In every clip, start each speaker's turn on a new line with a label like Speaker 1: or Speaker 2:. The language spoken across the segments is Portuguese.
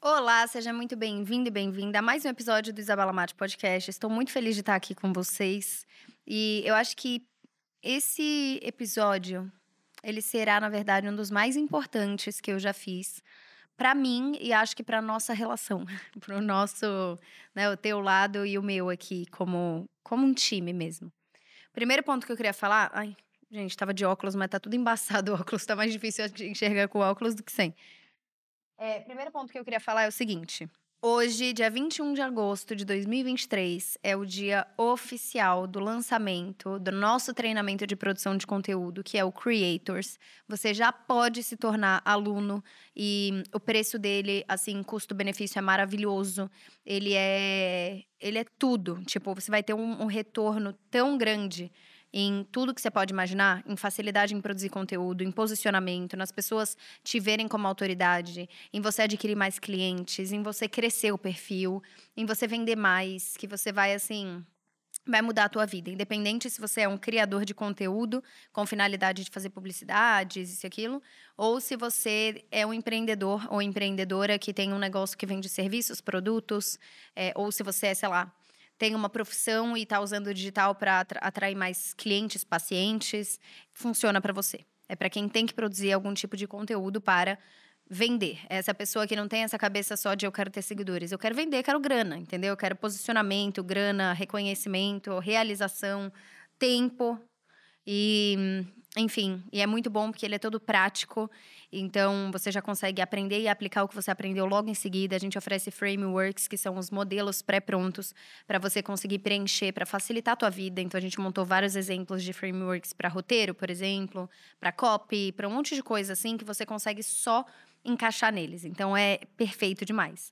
Speaker 1: Olá, seja muito bem-vindo e bem-vinda a mais um episódio do Isabela Mate Podcast. Estou muito feliz de estar aqui com vocês. E eu acho que esse episódio, ele será, na verdade, um dos mais importantes que eu já fiz para mim e acho que para nossa relação, para o nosso, né, o teu lado e o meu aqui como um time mesmo. Primeiro ponto que eu queria falar, ai, gente, estava de óculos, mas tá tudo embaçado o óculos, tá mais difícil de enxergar com óculos do que sem. Primeiro ponto que eu queria falar é o seguinte: hoje, dia 21 de agosto de 2023, é o dia oficial do lançamento do nosso treinamento de produção de conteúdo, que é o Creators. Você já pode se tornar aluno e o preço dele, assim, custo-benefício é maravilhoso. Ele é tudo. Tipo, você vai ter um retorno tão grande em tudo que você pode imaginar, em facilidade em produzir conteúdo, em posicionamento, nas pessoas te verem como autoridade, em você adquirir mais clientes, em você crescer o perfil, em você vender mais, que você vai assim, vai mudar a tua vida, independente se você é um criador de conteúdo com finalidade de fazer publicidades, isso e aquilo, ou se você é um empreendedor ou empreendedora que tem um negócio que vende serviços, produtos, ou se você é, sei lá, tem uma profissão e está usando o digital para atrair mais clientes, pacientes, funciona para você. É para quem tem que produzir algum tipo de conteúdo para vender. Essa pessoa que não tem essa cabeça só de eu quero ter seguidores, eu quero vender, quero grana, entendeu? Eu quero posicionamento, grana, reconhecimento, realização, tempo e, enfim, e é muito bom porque ele é todo prático, então você já consegue aprender e aplicar o que você aprendeu logo em seguida. A gente oferece frameworks, que são os modelos pré-prontos para você conseguir preencher, para facilitar a tua vida. Então a gente montou vários exemplos de frameworks para roteiro, por exemplo, para copy, para um monte de coisa assim que você consegue só encaixar neles. Então é perfeito demais.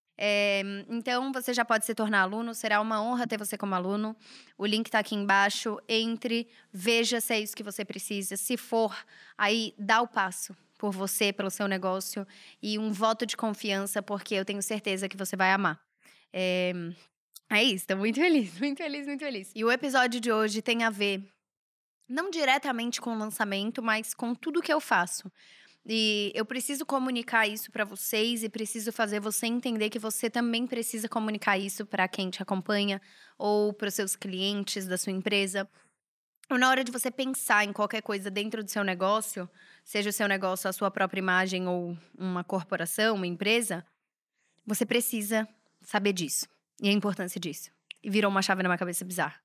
Speaker 1: Então você já pode se tornar aluno, será uma honra ter você como aluno. O link tá aqui embaixo, entre, veja se é isso que você precisa. Se for, aí dá o passo por você, pelo seu negócio e um voto de confiança, porque eu tenho certeza que você vai amar. Eh, é isso, tô muito feliz, muito feliz, muito feliz. E o episódio de hoje tem a ver, não diretamente com o lançamento, mas com tudo que eu faço. E eu preciso comunicar isso pra vocês e preciso fazer você entender que você também precisa comunicar isso pra quem te acompanha ou para os seus clientes da sua empresa. Ou na hora de você pensar em qualquer coisa dentro do seu negócio, seja o seu negócio a sua própria imagem ou uma corporação, uma empresa, você precisa saber disso e a importância disso. E virou uma chave na minha cabeça bizarra.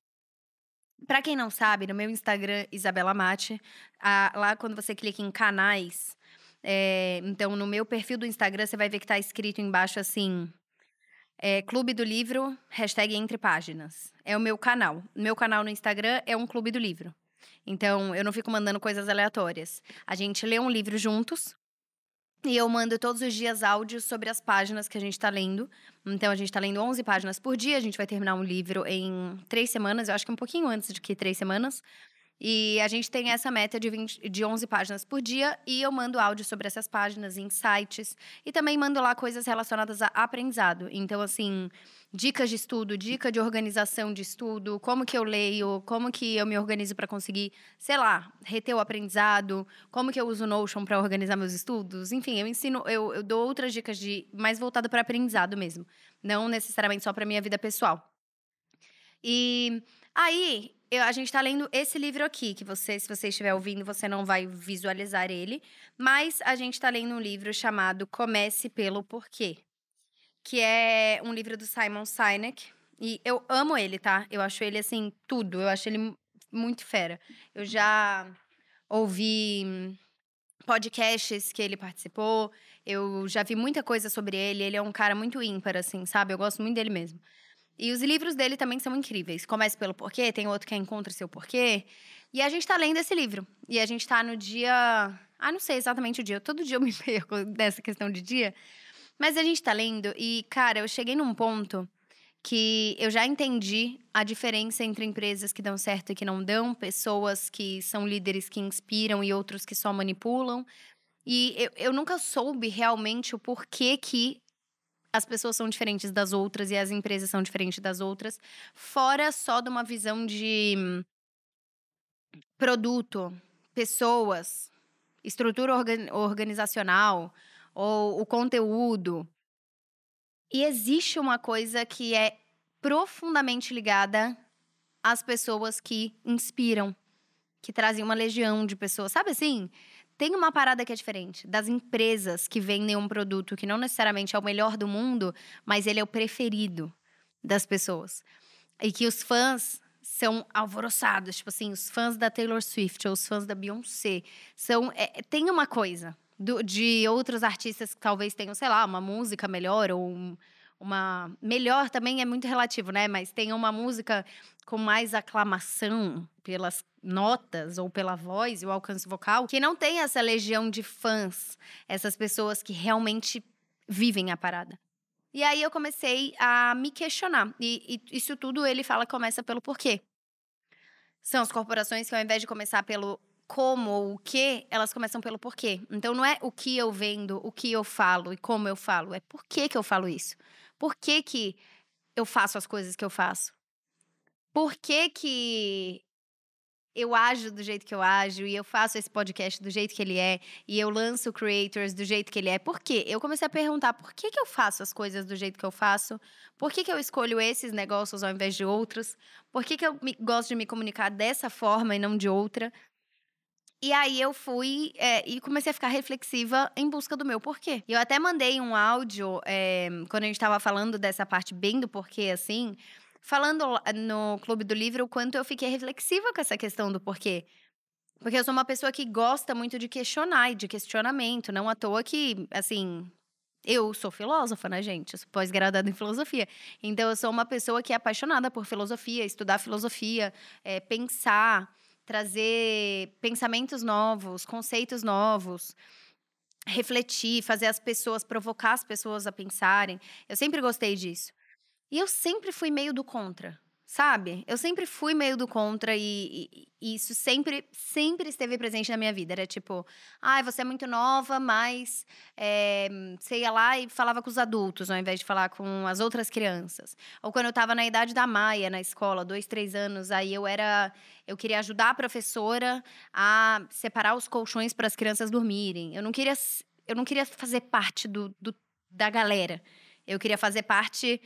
Speaker 1: Pra quem não sabe, no meu Instagram, Isabela Mate, lá quando você clica em canais, então no meu perfil do Instagram você vai ver que tá escrito embaixo assim, Clube do Livro, hashtag Entre Páginas. É o meu canal. Meu canal no Instagram é um clube do livro. Então eu não fico mandando coisas aleatórias. A gente lê um livro juntos, e eu mando todos os dias áudios sobre as páginas que a gente tá lendo. Então a gente tá lendo 11 páginas por dia, a gente vai terminar um livro em 3 semanas, eu acho que um pouquinho antes de que 3 semanas. E a gente tem essa meta de 11 páginas por dia e eu mando áudio sobre essas páginas, insights e também mando lá coisas relacionadas a aprendizado. Então, assim, dicas de estudo, dica de organização de estudo, como que eu leio, como que eu me organizo para conseguir, sei lá, reter o aprendizado, como que eu uso o Notion para organizar meus estudos. Enfim, eu dou outras dicas de mais voltada para aprendizado mesmo, não necessariamente só para minha vida pessoal. E aí, a gente tá lendo esse livro aqui, que você se você estiver ouvindo, você não vai visualizar ele, mas a gente tá lendo um livro chamado Comece pelo Porquê, que é um livro do Simon Sinek, e eu amo ele, tá? Eu acho ele, assim, tudo, eu acho ele muito fera. Eu já ouvi podcasts que ele participou, eu já vi muita coisa sobre ele é um cara muito ímpar, assim, sabe? Eu gosto muito dele mesmo. E os livros dele também são incríveis. Comece pelo porquê, tem outro que é Encontre Seu Porquê. E a gente tá lendo esse livro. E a gente tá no dia. Não sei exatamente o dia. Todo dia eu me perco nessa questão de dia. Mas a gente tá lendo e, cara, eu cheguei num ponto que eu já entendi a diferença entre empresas que dão certo e que não dão, pessoas que são líderes que inspiram e outros que só manipulam. E eu nunca soube realmente o porquê que as pessoas são diferentes das outras e as empresas são diferentes das outras, fora só de uma visão de produto, pessoas, estrutura organizacional ou o conteúdo. E existe uma coisa que é profundamente ligada às pessoas que inspiram, que trazem uma legião de pessoas. Sabe assim? Tem uma parada que é diferente das empresas que vendem um produto que não necessariamente é o melhor do mundo, mas ele é o preferido das pessoas. E que os fãs são alvoroçados, tipo assim, os fãs da Taylor Swift ou os fãs da Beyoncé são tem uma coisa de outros artistas que talvez tenham, sei lá, uma música melhor ou uma melhor também é muito relativo, né? Mas tem uma música com mais aclamação pelas notas ou pela voz e o alcance vocal, que não tem essa legião de fãs, essas pessoas que realmente vivem a parada. E aí eu comecei a me questionar. E isso tudo ele fala que começa pelo porquê. São as corporações que ao invés de começar pelo como ou o que, elas começam pelo porquê. Então não é o que eu vendo, o que eu falo e como eu falo, é por que que eu falo isso. Por que que eu faço as coisas que eu faço? Por que que eu ajo do jeito que eu ajo e eu faço esse podcast do jeito que ele é e eu lanço creators do jeito que ele é. Por quê? Eu comecei a perguntar por que que eu faço as coisas do jeito que eu faço? Por que que eu escolho esses negócios ao invés de outros? Por que que eu gosto de me comunicar dessa forma e não de outra? E aí eu fui, e comecei a ficar reflexiva em busca do meu porquê. Eu até mandei um áudio, quando a gente estava falando dessa parte bem do porquê, assim, falando no Clube do Livro o quanto eu fiquei reflexiva com essa questão do porquê. Porque eu sou uma pessoa que gosta muito de questionar e de questionamento, não à toa que, assim, eu sou filósofa, né, gente? Eu sou pós-graduada em filosofia. Então eu sou uma pessoa que é apaixonada por filosofia, estudar filosofia, pensar, trazer pensamentos novos, conceitos novos, refletir, fazer as pessoas, provocar as pessoas a pensarem. Eu sempre gostei disso. E eu sempre fui meio do contra, sabe? Eu sempre fui meio do contra e isso sempre esteve presente na minha vida. Era tipo, ai, você é muito nova, mas você ia lá e falava com os adultos, ao invés de falar com as outras crianças. Ou quando eu estava na idade da Maia, na escola, 2, 3 anos, aí eu queria ajudar a professora a separar os colchões para as crianças dormirem. Eu não queria fazer parte da galera. Eu queria fazer parte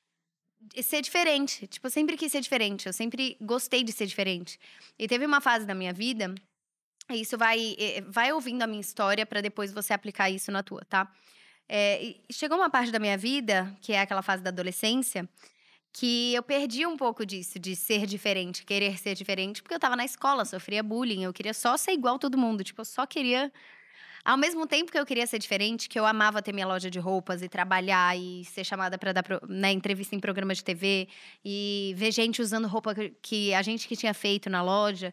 Speaker 1: e ser diferente. Tipo, eu sempre quis ser diferente. Eu sempre gostei de ser diferente. E teve uma fase da minha vida, e isso vai ouvindo a minha história pra depois você aplicar isso na tua, tá? E chegou uma parte da minha vida, que é aquela fase da adolescência, que eu perdi um pouco disso, de ser diferente, querer ser diferente, porque eu estava na escola, sofria bullying, eu queria só ser igual a todo mundo, tipo, eu só queria ao mesmo tempo que eu queria ser diferente, que eu amava ter minha loja de roupas e trabalhar e ser chamada pra dar né, entrevista em programa de TV e ver gente usando roupa que a gente que tinha feito na loja,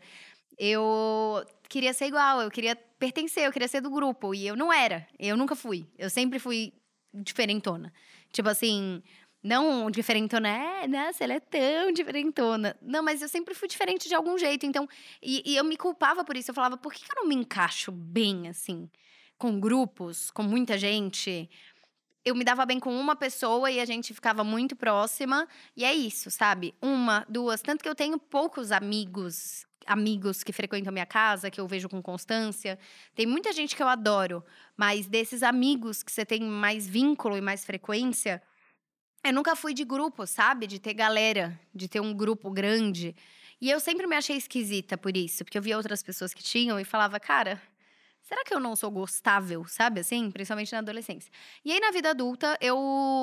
Speaker 1: eu queria ser igual, eu queria pertencer, eu queria ser do grupo e eu não era, eu nunca fui, eu sempre fui diferentona. Tipo assim, não diferentona, nossa, ela é tão diferentona. Não, mas eu sempre fui diferente de algum jeito, então e eu me culpava por isso, eu falava: "Por que que eu não me encaixo bem, assim, com grupos, com muita gente?". Eu me dava bem com uma pessoa e a gente ficava muito próxima, e é isso, sabe, uma, 2, tanto que eu tenho poucos amigos que frequentam a minha casa, que eu vejo com constância. Tem muita gente que eu adoro, mas desses amigos que você tem mais vínculo e mais frequência, eu nunca fui de grupo, sabe, de ter galera, de ter um grupo grande. E eu sempre me achei esquisita por isso, porque eu via outras pessoas que tinham e falava: "Cara, será que eu não sou gostável?", sabe, assim, principalmente na adolescência. E aí na vida adulta eu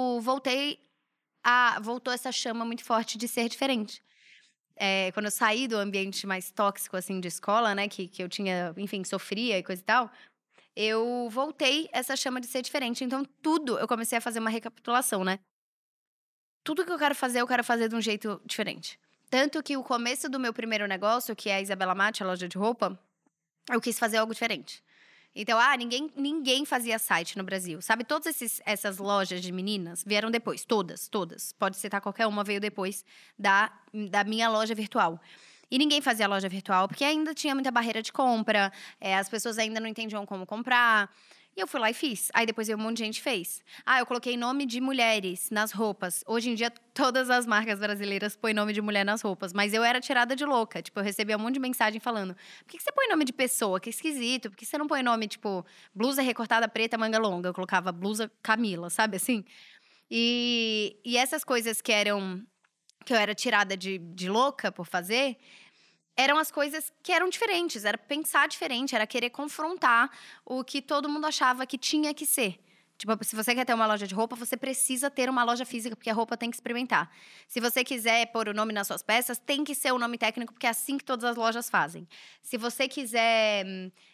Speaker 1: voltou essa chama muito forte de ser diferente. Quando eu saí do ambiente mais tóxico, assim, de escola, né, que eu tinha, enfim, sofria e coisa e tal, eu voltei essa chama de ser diferente. Então tudo eu comecei a fazer uma recapitulação, né. Tudo que eu quero fazer de um jeito diferente. Tanto que o começo do meu primeiro negócio, que é a Isabela Mate, a loja de roupa, eu quis fazer algo diferente. Então, ninguém fazia site no Brasil, sabe, todas essas lojas de meninas vieram depois, todas, pode citar qualquer uma, veio depois da minha loja virtual. E ninguém fazia loja virtual, porque ainda tinha muita barreira de compra, as pessoas ainda não entendiam como comprar, e eu fui lá e fiz. Aí depois veio um monte de gente fez. Eu coloquei nome de mulheres nas roupas. Hoje em dia, todas as marcas brasileiras põem nome de mulher nas roupas, mas eu era tirada de louca. Tipo, eu recebia um monte de mensagem falando: "Por que você põe nome de pessoa? Que esquisito. Por que você não põe nome, tipo, blusa recortada preta, manga longa?". Eu colocava blusa Camila, sabe assim? E essas coisas que eu era tirada de louca por fazer, eram as coisas que eram diferentes. Era pensar diferente, era querer confrontar o que todo mundo achava que tinha que ser. Tipo, se você quer ter uma loja de roupa, você precisa ter uma loja física, porque a roupa tem que experimentar. Se você quiser pôr o nome nas suas peças, tem que ser o nome técnico, porque é assim que todas as lojas fazem. Se você quiser.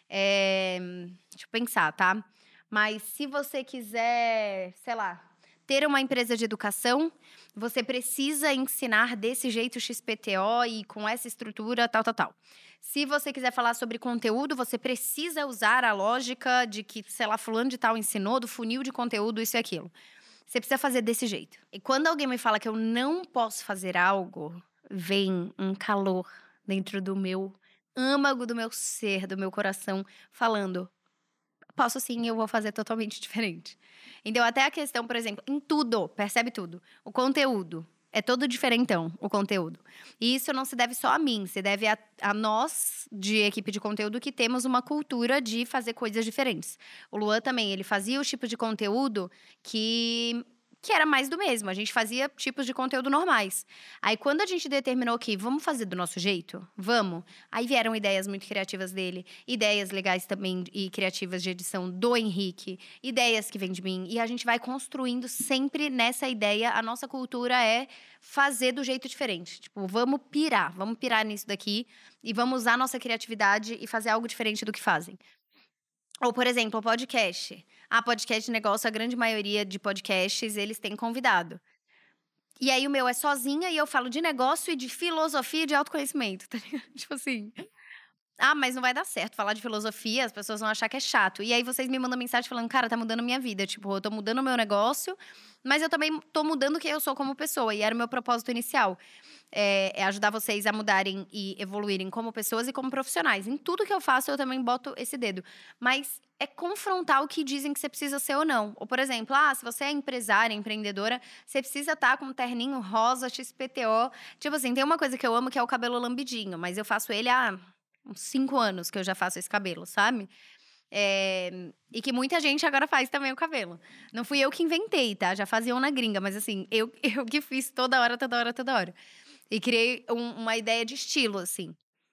Speaker 1: Deixa eu pensar, tá? Mas se você quiser, sei lá, ter uma empresa de educação, você precisa ensinar desse jeito XPTO e com essa estrutura, tal, tal, tal. Se você quiser falar sobre conteúdo, você precisa usar a lógica de que, sei lá, fulano de tal ensinou, do funil de conteúdo, isso e aquilo. Você precisa fazer desse jeito. E quando alguém me fala que eu não posso fazer algo, vem um calor dentro do meu âmago, do meu ser, do meu coração, falando: posso sim, eu vou fazer totalmente diferente. Então, até a questão, por exemplo, em tudo, percebe tudo. O conteúdo. É todo diferentão, o conteúdo. E isso não se deve só a mim, se deve a nós, de equipe de conteúdo, que temos uma cultura de fazer coisas diferentes. O Luan também, ele fazia o tipo de conteúdo que era mais do mesmo. A gente fazia tipos de conteúdo normais. Aí, quando a gente determinou que vamos fazer do nosso jeito, vamos. Aí vieram ideias muito criativas dele, ideias legais também e criativas de edição do Henrique, ideias que vêm de mim. E a gente vai construindo sempre nessa ideia. A nossa cultura é fazer do jeito diferente. Tipo, vamos pirar nisso daqui e vamos usar a nossa criatividade e fazer algo diferente do que fazem. Ou, por exemplo, o podcast. Podcast de negócio, a grande maioria de podcasts, eles têm convidado. E aí o meu é sozinha e eu falo de negócio e de filosofia e de autoconhecimento, tá ligado? Tipo assim, mas não vai dar certo falar de filosofia, as pessoas vão achar que é chato. E aí vocês me mandam mensagem falando: "Cara, tá mudando a minha vida". Tipo, eu tô mudando o meu negócio, mas eu também tô mudando quem eu sou como pessoa, e era o meu propósito inicial. É ajudar vocês a mudarem e evoluírem como pessoas e como profissionais. Em tudo que eu faço, eu também boto esse dedo. Mas é confrontar o que dizem que você precisa ser ou não. Ou, por exemplo, se você é empresária, empreendedora, você precisa estar com um terninho rosa, XPTO. Tipo assim, tem uma coisa que eu amo, que é o cabelo lambidinho. Mas eu faço ele há uns 5 anos que eu já faço esse cabelo, sabe? E que muita gente agora faz também o cabelo. Não fui eu que inventei, tá? Já faziam na gringa, mas assim, eu que fiz toda hora, toda hora, toda hora. E criei uma ideia de estilo, assim.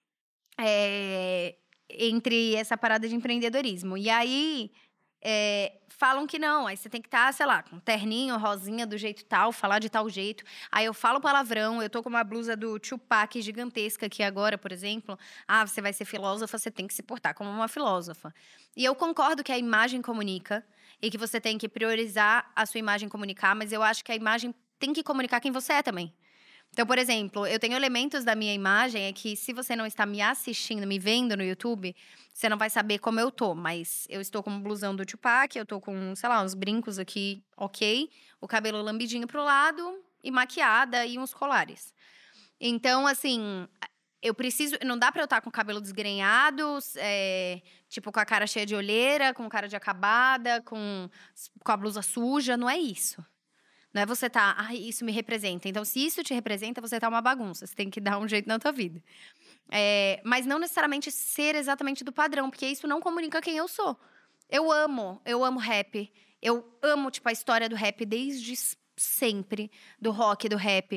Speaker 1: Entre essa parada de empreendedorismo. E aí, falam que não, aí você tem que estar, sei lá, com um terninho, rosinha, do jeito tal, falar de tal jeito. Aí eu falo palavrão, eu tô com uma blusa do Tupac gigantesca aqui agora, por exemplo. Você vai ser filósofa, você tem que se portar como uma filósofa. E eu concordo que a imagem comunica e que você tem que priorizar a sua imagem comunicar, mas eu acho que a imagem tem que comunicar quem você é também. Então, por exemplo, eu tenho elementos da minha imagem, é que se você não está me assistindo, me vendo no YouTube, você não vai saber como eu tô, mas eu estou com um blusão do Tupac, eu tô com, sei lá, uns brincos aqui, ok, o cabelo lambidinho pro lado e maquiada e uns colares. Então, assim, eu preciso, não dá pra eu estar com o cabelo desgrenhado, tipo, com a cara cheia de olheira, com cara de acabada, com a blusa suja, não é isso. Não é você tá: isso me representa". Então, se isso te representa, você tá uma bagunça, você tem que dar um jeito na tua vida. Mas não necessariamente ser exatamente do padrão, porque isso não comunica quem eu sou. Eu amo rap, eu amo, tipo, a história do rap desde sempre, do rock, do rap.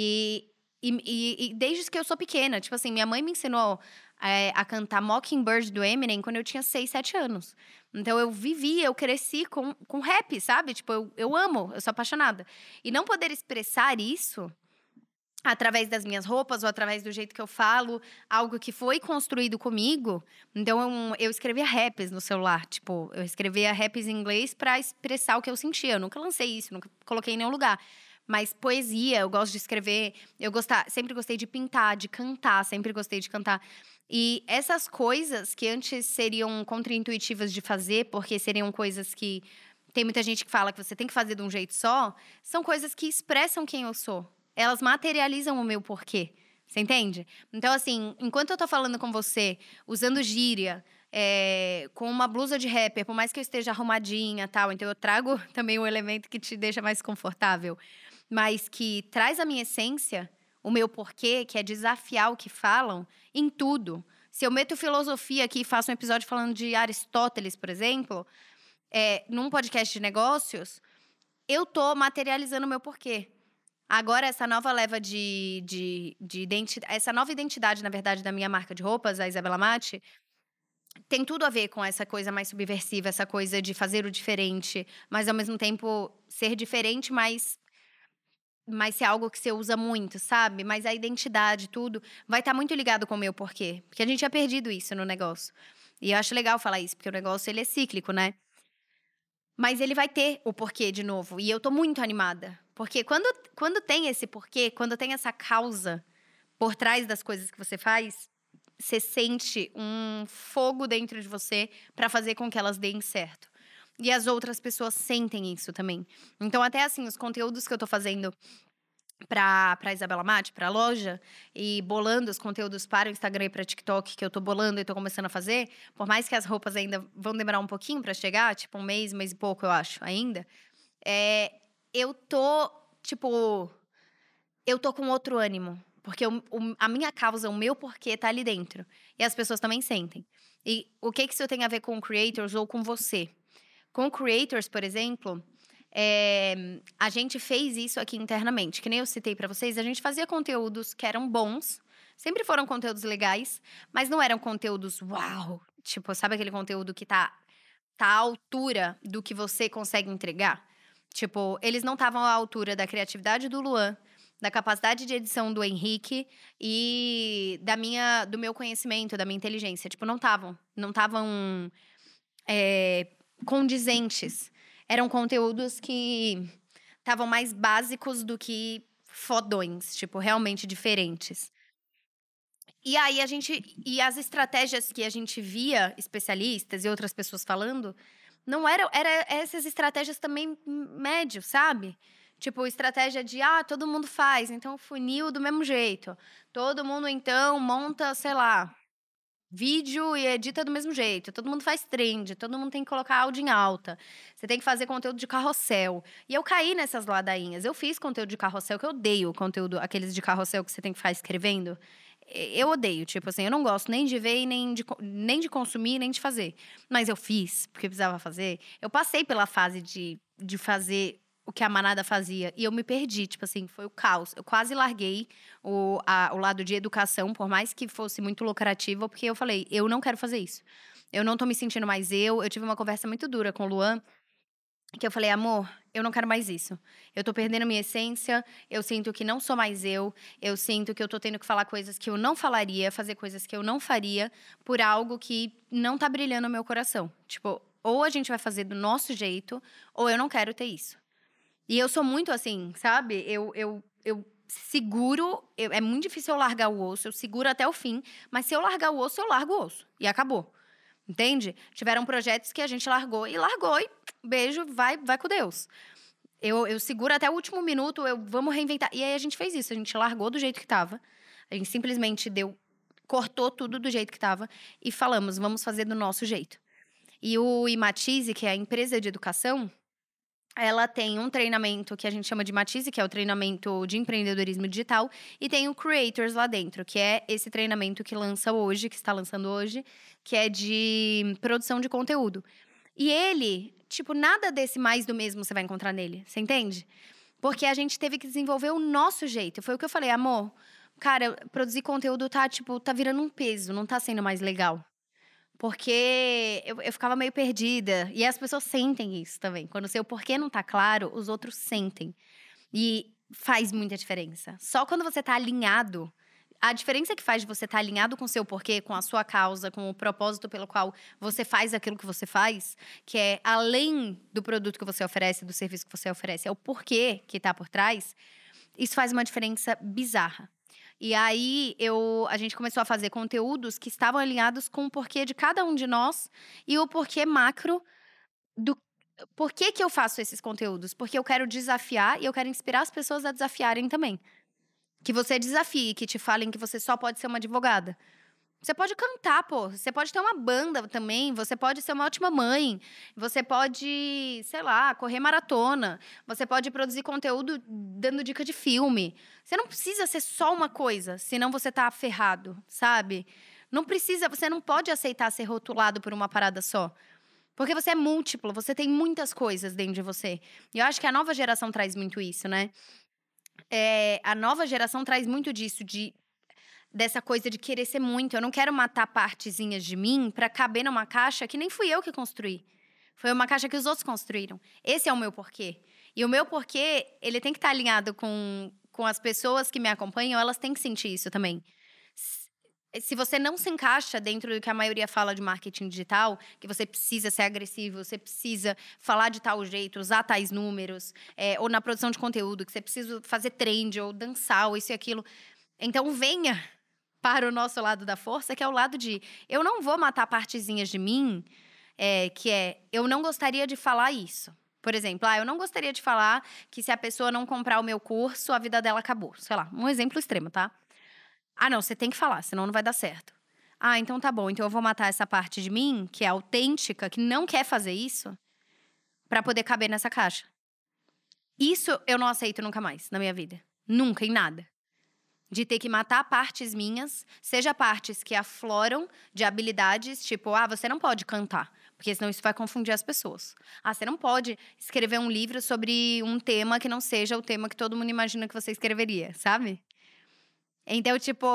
Speaker 1: E desde que eu sou pequena, tipo assim, minha mãe me ensinou, a cantar Mockingbird do Eminem quando eu tinha 6, 7 anos. Então eu cresci com rap, sabe? Tipo, eu amo, eu sou apaixonada. E não poder expressar isso através das minhas roupas ou através do jeito que eu falo, algo que foi construído comigo. Então eu escrevia raps no celular, tipo, eu escrevia raps em inglês pra expressar o que eu sentia. Eu nunca lancei isso, nunca coloquei em nenhum lugar. Mas poesia, eu gosto de escrever, sempre gostei de pintar, de cantar, sempre gostei de cantar. E essas coisas que antes seriam contraintuitivas de fazer, porque seriam coisas que tem muita gente que fala que você tem que fazer de um jeito só, são coisas que expressam quem eu sou. Elas materializam o meu porquê. Você entende? Então, assim, enquanto eu tô falando com você, usando gíria, com uma blusa de rapper, por mais que eu esteja arrumadinha e tal, então eu trago também um elemento que te deixa mais confortável, mas que traz a minha essência, o meu porquê, que é desafiar o que falam, em tudo. Se eu meto filosofia aqui e faço um episódio falando de Aristóteles, por exemplo, num podcast de negócios, eu tô materializando o meu porquê. Agora essa nova leva essa nova identidade, na verdade, da minha marca de roupas, a Isabela Mate, tem tudo a ver com essa coisa mais subversiva, essa coisa de fazer o diferente, mas ao mesmo tempo ser diferente, mas ser algo que você usa muito, sabe? Mas a identidade, tudo, vai estar muito ligado com o meu porquê. Porque a gente tinha perdido isso no negócio. E eu acho legal falar isso, porque o negócio ele é cíclico, né? Mas ele vai ter o porquê de novo. E eu tô muito animada. Porque quando tem esse porquê, quando tem essa causa por trás das coisas que você faz, você sente um fogo dentro de você pra fazer com que elas deem certo. E as outras pessoas sentem isso também. Então, até assim, os conteúdos que eu tô fazendo pra Isabela Mate, pra loja, e bolando os conteúdos para o Instagram e pra TikTok, que eu tô bolando e tô começando a fazer, por mais que as roupas ainda vão demorar um pouquinho pra chegar, tipo um mês e pouco, eu acho, ainda, é, eu tô, tipo, eu tô com outro ânimo. Porque a minha causa, o meu porquê tá ali dentro. E as pessoas também sentem. E o que isso tem a ver com creators ou com você? Com creators, por exemplo, a gente fez isso aqui internamente. Que nem eu citei pra vocês, a gente fazia conteúdos que eram bons. Sempre foram conteúdos legais, mas não eram conteúdos uau. Tipo, sabe aquele conteúdo que tá à altura do que você consegue entregar? Tipo, eles não estavam à altura da criatividade do Luan, da capacidade de edição do Henrique e do meu conhecimento, da minha inteligência. Tipo, não estavam condizentes. Eram conteúdos que estavam mais básicos do que fodões, tipo, realmente diferentes. E aí e as estratégias que a gente via especialistas e outras pessoas falando, não era essas estratégias também médio, sabe? Tipo, estratégia de, todo mundo faz, então funil do mesmo jeito. Todo mundo, então, monta, sei lá, vídeo e edita do mesmo jeito. Todo mundo faz trend, todo mundo tem que colocar áudio em alta. Você tem que fazer conteúdo de carrossel. E eu caí nessas ladainhas. Eu fiz conteúdo de carrossel, que eu odeio conteúdo, aqueles de carrossel que você tem que ficar escrevendo. Eu odeio, tipo assim, eu não gosto nem de ver, nem de consumir, nem de fazer. Mas eu fiz, porque precisava fazer. Eu passei pela fase de fazer o que a manada fazia. E eu me perdi, tipo assim, foi o caos. Eu quase larguei o lado de educação, por mais que fosse muito lucrativo, porque eu falei, eu não quero fazer isso. Eu não tô me sentindo mais eu. Eu tive uma conversa muito dura com o Luan, que eu falei, amor, eu não quero mais isso. Eu tô perdendo minha essência, eu sinto que não sou mais eu sinto que eu tô tendo que falar coisas que eu não falaria, fazer coisas que eu não faria, por algo que não tá brilhando no meu coração. Tipo, ou a gente vai fazer do nosso jeito, ou eu não quero ter isso. E eu sou muito assim, sabe? Eu seguro, é muito difícil eu largar o osso, eu seguro até o fim, mas se eu largar o osso, eu largo o osso. E acabou. Entende? Tiveram projetos que a gente largou e beijo, vai com Deus. Eu seguro até o último minuto, vamos reinventar. E aí a gente fez isso, a gente largou do jeito que tava. A gente simplesmente cortou tudo do jeito que tava e falamos, vamos fazer do nosso jeito. E o Imatize, que é a empresa de educação, ela tem um treinamento que a gente chama de Matize, que é o treinamento de empreendedorismo digital, e tem o Creators lá dentro, que é esse treinamento que lança hoje, que está lançando hoje, que é de produção de conteúdo. E ele, tipo, nada desse mais do mesmo você vai encontrar nele, você entende? Porque a gente teve que desenvolver o nosso jeito. Foi o que eu falei, amor, cara, produzir conteúdo tá virando um peso, não tá sendo mais legal. Porque eu ficava meio perdida. E as pessoas sentem isso também. Quando o seu porquê não tá claro, os outros sentem. E faz muita diferença. Só quando você tá alinhado. A diferença que faz de você estar alinhado com o seu porquê, com a sua causa, com o propósito pelo qual você faz aquilo que você faz, que é além do produto que você oferece, do serviço que você oferece, é o porquê que tá por trás, isso faz uma diferença bizarra. E aí a gente começou a fazer conteúdos que estavam alinhados com o porquê de cada um de nós e o porquê macro do porquê que eu faço esses conteúdos. Porque eu quero desafiar e eu quero inspirar as pessoas a desafiarem também. Que você desafie, que te falem que você só pode ser uma advogada. Você pode cantar, pô. Você pode ter uma banda também. Você pode ser uma ótima mãe. Você pode, sei lá, correr maratona. Você pode produzir conteúdo dando dica de filme. Você não precisa ser só uma coisa, senão você tá ferrado, sabe? Não precisa, você não pode aceitar ser rotulado por uma parada só. Porque você é múltiplo, você tem muitas coisas dentro de você. E eu acho que a nova geração traz muito isso, né? A nova geração traz muito disso, dessa coisa de querer ser muito. Eu não quero matar partezinhas de mim pra caber numa caixa que nem fui eu que construí. Foi uma caixa que os outros construíram. Esse é o meu porquê. E o meu porquê, ele tem que estar alinhado com as pessoas que me acompanham, elas têm que sentir isso também. Se você não se encaixa dentro do que a maioria fala de marketing digital, que você precisa ser agressivo, você precisa falar de tal jeito, usar tais números, ou na produção de conteúdo, que você precisa fazer trend, ou dançar, ou isso e aquilo. Então venha para o nosso lado da força, que é o lado de eu não vou matar partezinhas de mim, eu não gostaria de falar isso. Por exemplo, eu não gostaria de falar que se a pessoa não comprar o meu curso, a vida dela acabou. Sei lá, um exemplo extremo, tá? Não, você tem que falar, senão não vai dar certo. Então tá bom, então eu vou matar essa parte de mim, que é autêntica, que não quer fazer isso, pra poder caber nessa caixa. Isso eu não aceito nunca mais na minha vida. Nunca, em nada. De ter que matar partes minhas, seja partes que afloram de habilidades, tipo, você não pode cantar, porque senão isso vai confundir as pessoas. Você não pode escrever um livro sobre um tema que não seja o tema que todo mundo imagina que você escreveria, sabe? Então, tipo,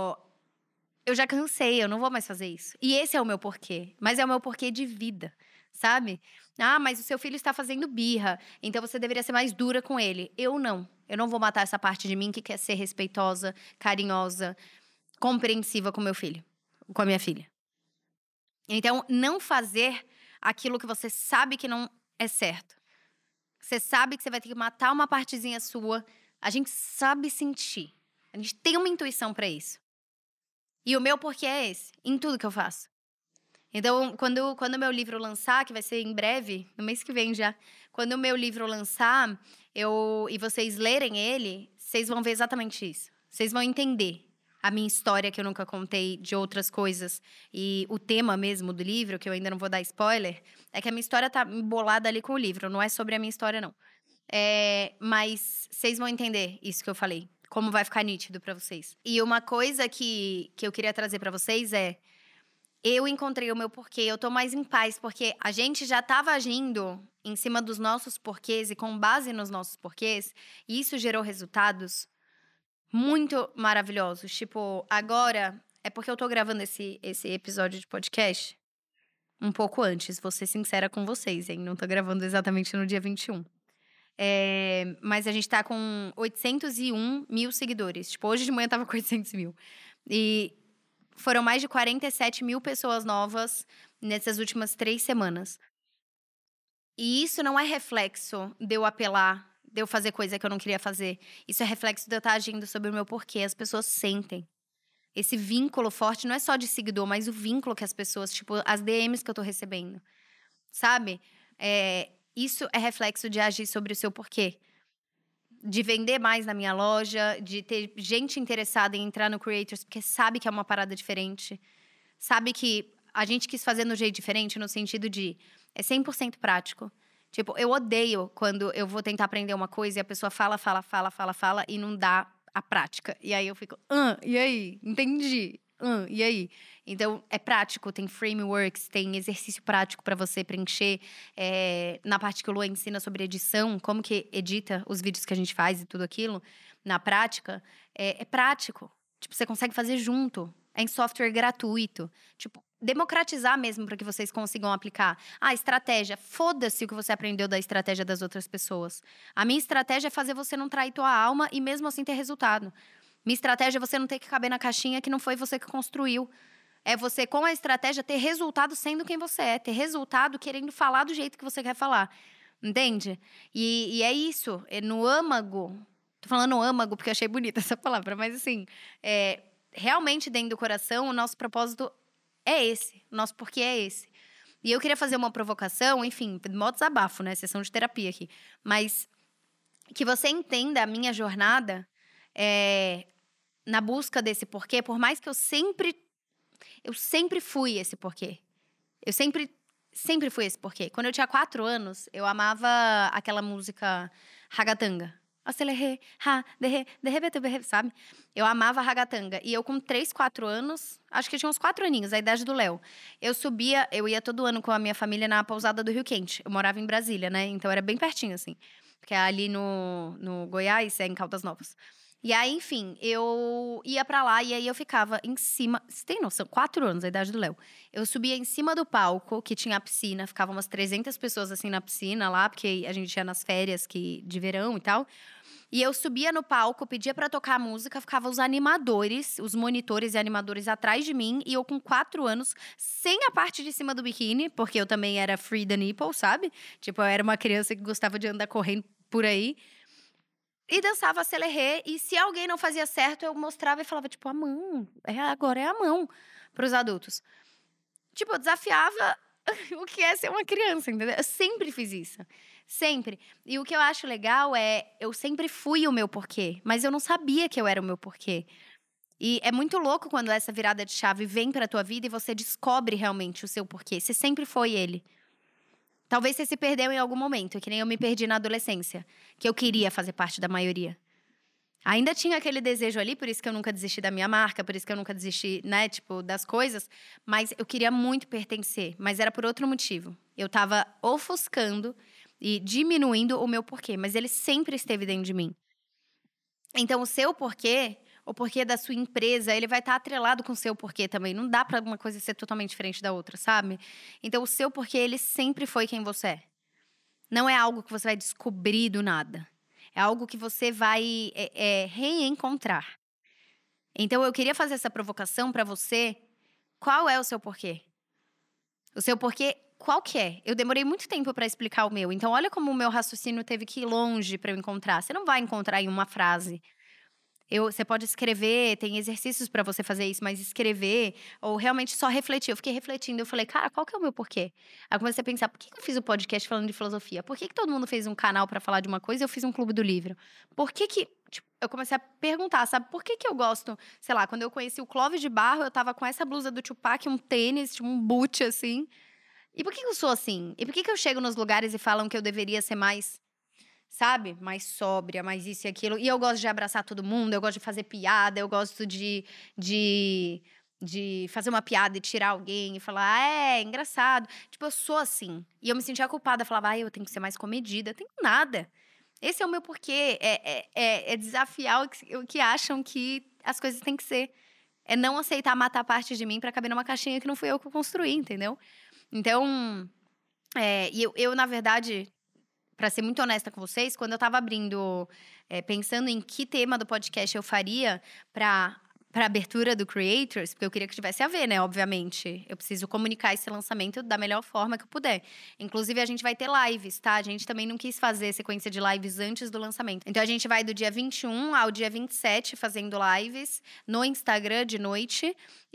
Speaker 1: eu já cansei, eu não vou mais fazer isso. E esse é o meu porquê, mas é o meu porquê de vida, sabe? Mas o seu filho está fazendo birra, então você deveria ser mais dura com ele. Eu não vou matar essa parte de mim que quer ser respeitosa, carinhosa, compreensiva com meu filho, com a minha filha. Então, não fazer aquilo que você sabe que não é certo. Você sabe que você vai ter que matar uma partezinha sua. A gente sabe sentir. A gente tem uma intuição pra isso. E o meu porquê é esse, em tudo que eu faço. Então, quando o meu livro lançar, que vai ser em breve, no mês que vem já, quando o meu livro lançar, e vocês lerem ele, vocês vão ver exatamente isso. Vocês vão entender a minha história, que eu nunca contei, de outras coisas. E o tema mesmo do livro, que eu ainda não vou dar spoiler, é que a minha história tá embolada ali com o livro, não é sobre a minha história, não. Mas vocês vão entender isso que eu falei, como vai ficar nítido pra vocês. E uma coisa que eu queria trazer pra vocês eu encontrei o meu porquê, eu tô mais em paz, porque a gente já estava agindo em cima dos nossos porquês e com base nos nossos porquês, e isso gerou resultados muito maravilhosos. Tipo, agora, é porque eu tô gravando esse episódio de podcast um pouco antes, vou ser sincera com vocês, hein? Não tô gravando exatamente no dia 21. Mas a gente tá com 801 mil seguidores. Tipo, hoje de manhã tava com 800 mil. E foram mais de 47 mil pessoas novas nessas últimas 3 semanas. E isso não é reflexo de eu apelar, de eu fazer coisa que eu não queria fazer. Isso é reflexo de eu estar agindo sobre o meu porquê. As pessoas sentem. Esse vínculo forte não é só de seguidor, mas o vínculo que as pessoas, tipo, as DMs que eu tô recebendo, sabe? Isso é reflexo de agir sobre o seu porquê. De vender mais na minha loja, de ter gente interessada em entrar no Creators, porque sabe que é uma parada diferente. Sabe que a gente quis fazer no jeito diferente, no sentido de 100% prático. Tipo, eu odeio quando eu vou tentar aprender uma coisa e a pessoa fala e não dá a prática. E aí eu fico, e aí? Entendi. E aí? Então, é prático, tem frameworks, tem exercício prático pra você preencher. Na parte que o Lua ensina sobre edição, como que edita os vídeos que a gente faz e tudo aquilo, na prática, é prático. Tipo, você consegue fazer junto. É em software gratuito. Tipo, democratizar mesmo para que vocês consigam aplicar. Estratégia. Foda-se o que você aprendeu da estratégia das outras pessoas. A minha estratégia é fazer você não trair tua alma e mesmo assim ter resultado. Minha estratégia é você não ter que caber na caixinha que não foi você que construiu. É você, com a estratégia, ter resultado sendo quem você é. Ter resultado querendo falar do jeito que você quer falar. Entende? E é isso. No âmago. Tô falando âmago porque eu achei bonita essa palavra. Mas assim, realmente dentro do coração, o nosso propósito é esse. O nosso porquê é esse. E eu queria fazer uma provocação, enfim, modo desabafo, né? Sessão de terapia aqui. Mas que você entenda a minha jornada na busca desse porquê, por mais que eu sempre fui esse porquê. Eu sempre fui esse porquê. Quando eu tinha 4 anos, eu amava aquela música Ragatanga. Acelerê, ha, de repente, sabe? Eu amava ragatanga. E eu com 3, 4 anos, acho que tinha uns 4 aninhos, a idade do Léo. Eu ia todo ano com a minha família na pousada do Rio Quente. Eu morava em Brasília, né? Então era bem pertinho, assim. Porque é ali no Goiás, é em Caldas Novas. E aí, enfim, eu ia pra lá e aí eu ficava em cima. Você tem noção? 4 anos, a idade do Léo. Eu subia em cima do palco, que tinha a piscina, ficavam umas 300 pessoas assim na piscina lá, porque a gente ia nas férias de verão e tal. E eu subia no palco, pedia pra tocar música, ficava os animadores, os monitores e animadores atrás de mim, e eu com 4 anos, sem a parte de cima do biquíni, porque eu também era free the nipple, sabe? Tipo, eu era uma criança que gostava de andar correndo por aí. E dançava Selerê, e se alguém não fazia certo, eu mostrava e falava, tipo, a mão, agora é a mão, pros adultos. Tipo, eu desafiava o que é ser uma criança, entendeu? Eu sempre fiz isso. Sempre. E o que eu acho legal eu sempre fui o meu porquê, mas eu não sabia que eu era o meu porquê. E é muito louco quando essa virada de chave vem pra tua vida e você descobre realmente o seu porquê. Você sempre foi ele. Talvez você se perdeu em algum momento, que nem eu me perdi na adolescência, que eu queria fazer parte da maioria. Ainda tinha aquele desejo ali, por isso que eu nunca desisti da minha marca, por isso que eu nunca desisti, né, tipo, das coisas. Mas eu queria muito pertencer, mas era por outro motivo. Eu tava ofuscando e diminuindo o meu porquê, mas ele sempre esteve dentro de mim. Então, o seu porquê, o porquê da sua empresa, ele vai estar atrelado com o seu porquê também. Não dá pra uma coisa ser totalmente diferente da outra, sabe? Então, o seu porquê, ele sempre foi quem você é. Não é algo que você vai descobrir do nada. É algo que você vai reencontrar. Então eu queria fazer essa provocação pra você. Qual é o seu porquê? O seu porquê, qual que é? Eu demorei muito tempo pra explicar o meu. Então olha como o meu raciocínio teve que ir longe pra eu encontrar. Você não vai encontrar em uma frase. Você pode escrever, tem exercícios pra você fazer isso, mas escrever ou realmente só refletir. Eu fiquei refletindo, eu falei, cara, qual que é o meu porquê? Aí eu comecei a pensar, por que que eu fiz o podcast falando de filosofia? Por que que todo mundo fez um canal pra falar de uma coisa e eu fiz um clube do livro? Por que que, tipo, eu comecei a perguntar, sabe, por que que eu gosto, sei lá, quando eu conheci o Clóvis de Barro, eu tava com essa blusa do Tupac, um tênis, tipo, um boot, assim. E por que que eu sou assim? E por que que eu chego nos lugares e falam que eu deveria ser mais, sabe, mais sóbria, mais isso e aquilo. E eu gosto de abraçar todo mundo, eu gosto de fazer piada, eu gosto de de fazer uma piada e tirar alguém e falar: "Ah, é, engraçado". Tipo, eu sou assim. E eu me sentia culpada, falava: "Ai, eu tenho que ser mais comedida". Eu tenho nada. Esse é o meu porquê, é desafiar o que acham que as coisas têm que ser. É não aceitar matar parte de mim pra caber numa caixinha que não fui eu que construí, entendeu? Então, e eu na verdade, pra ser muito honesta com vocês, quando eu estava abrindo, pensando em que tema do podcast eu faria pra abertura do Creators, porque eu queria que tivesse a ver, né, obviamente. Eu preciso comunicar esse lançamento da melhor forma que eu puder. Inclusive, a gente vai ter lives, tá? A gente também não quis fazer sequência de lives antes do lançamento. Então, a gente vai do dia 21 ao dia 27 fazendo lives no Instagram de noite.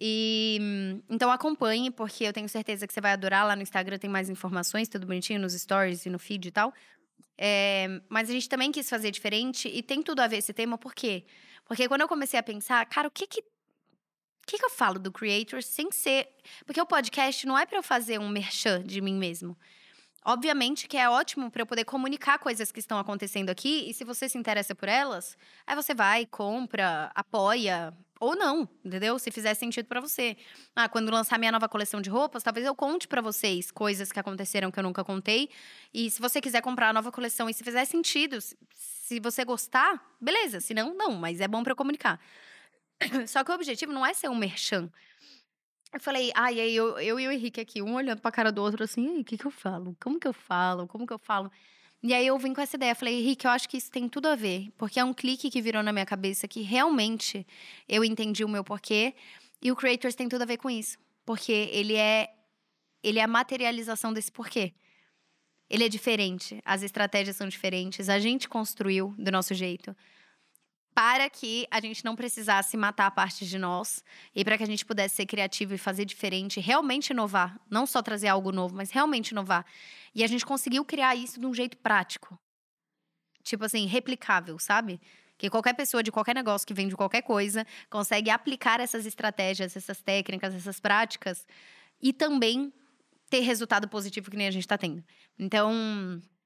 Speaker 1: Então acompanhe, porque eu tenho certeza que você vai adorar. Lá no Instagram tem mais informações, tudo bonitinho, nos stories e no feed e tal. Mas a gente também quis fazer diferente e tem tudo a ver esse tema, por quê? Porque quando eu comecei a pensar, cara, o que que eu falo do Creator sem ser. Porque o podcast não é pra eu fazer um merchan de mim mesmo. Obviamente que é ótimo pra eu poder comunicar coisas que estão acontecendo aqui, e se você se interessa por elas, aí você vai, compra, apoia, ou não, entendeu? Se fizer sentido pra você. Ah, quando lançar minha nova coleção de roupas, talvez eu conte pra vocês coisas que aconteceram que eu nunca contei. E se você quiser comprar a nova coleção e se fizer sentido, se você gostar, beleza. Se não, não, mas é bom pra eu comunicar. Só que o objetivo não é ser um merchan. Eu falei, ai, aí eu e o Henrique aqui, um olhando pra cara do outro assim, e aí, o que que eu falo? Como que eu falo? Como que eu falo? E aí eu vim com essa ideia, falei, Henrique, eu acho que isso tem tudo a ver, porque é um clique que virou na minha cabeça que realmente eu entendi o meu porquê, e o Creators tem tudo a ver com isso, porque ele é a materialização desse porquê. Ele é diferente, as estratégias são diferentes, a gente construiu do nosso jeito para que a gente não precisasse matar a parte de nós e para que a gente pudesse ser criativo e fazer diferente, realmente inovar, não só trazer algo novo, mas realmente inovar. E a gente conseguiu criar isso de um jeito prático, tipo assim, replicável, sabe? Que qualquer pessoa de qualquer negócio que vende qualquer coisa consegue aplicar essas estratégias, essas técnicas, essas práticas e também ter resultado positivo que nem a gente tá tendo. Então,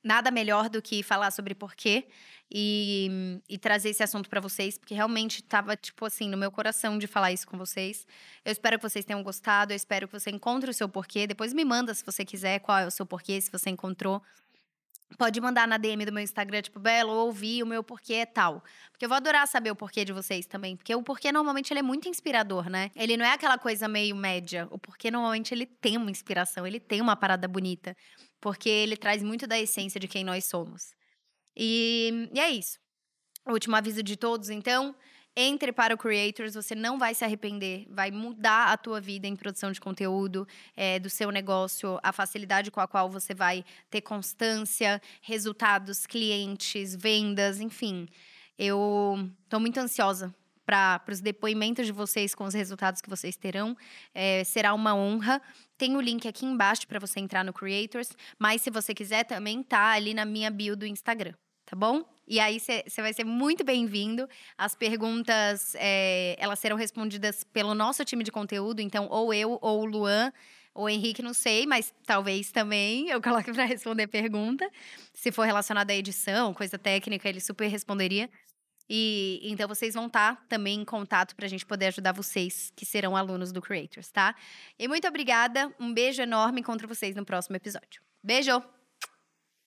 Speaker 1: nada melhor do que falar sobre porquê e trazer esse assunto pra vocês, porque realmente estava, tipo assim, no meu coração de falar isso com vocês. Eu espero que vocês tenham gostado, eu espero que você encontre o seu porquê. Depois me manda, se você quiser, qual é o seu porquê, se você encontrou. Pode mandar na DM do meu Instagram, tipo, Belo, ouvi, o meu porquê é tal. Porque eu vou adorar saber o porquê de vocês também. Porque o porquê, normalmente, ele é muito inspirador, né? Ele não é aquela coisa meio média. O porquê, normalmente, ele tem uma inspiração, ele tem uma parada bonita. Porque ele traz muito da essência de quem nós somos. E é isso. O último aviso de todos, então, entre para o Creators, você não vai se arrepender, vai mudar a tua vida em produção de conteúdo, do seu negócio, a facilidade com a qual você vai ter constância, resultados, clientes, vendas, enfim. Eu tô muito ansiosa para os depoimentos de vocês com os resultados que vocês terão. Será uma honra. Tem o link aqui embaixo para você entrar no Creators, mas se você quiser também tá ali na minha bio do Instagram, tá bom? E aí você vai ser muito bem-vindo. As perguntas, elas serão respondidas pelo nosso time de conteúdo, então ou eu, ou o Luan, ou o Henrique, não sei, mas talvez também eu coloque para responder pergunta. Se for relacionada à edição, coisa técnica, ele super responderia. E então vocês vão estar também em contato para a gente poder ajudar vocês que serão alunos do Creators, tá? E muito obrigada, um beijo enorme, encontro vocês no próximo episódio. Beijo!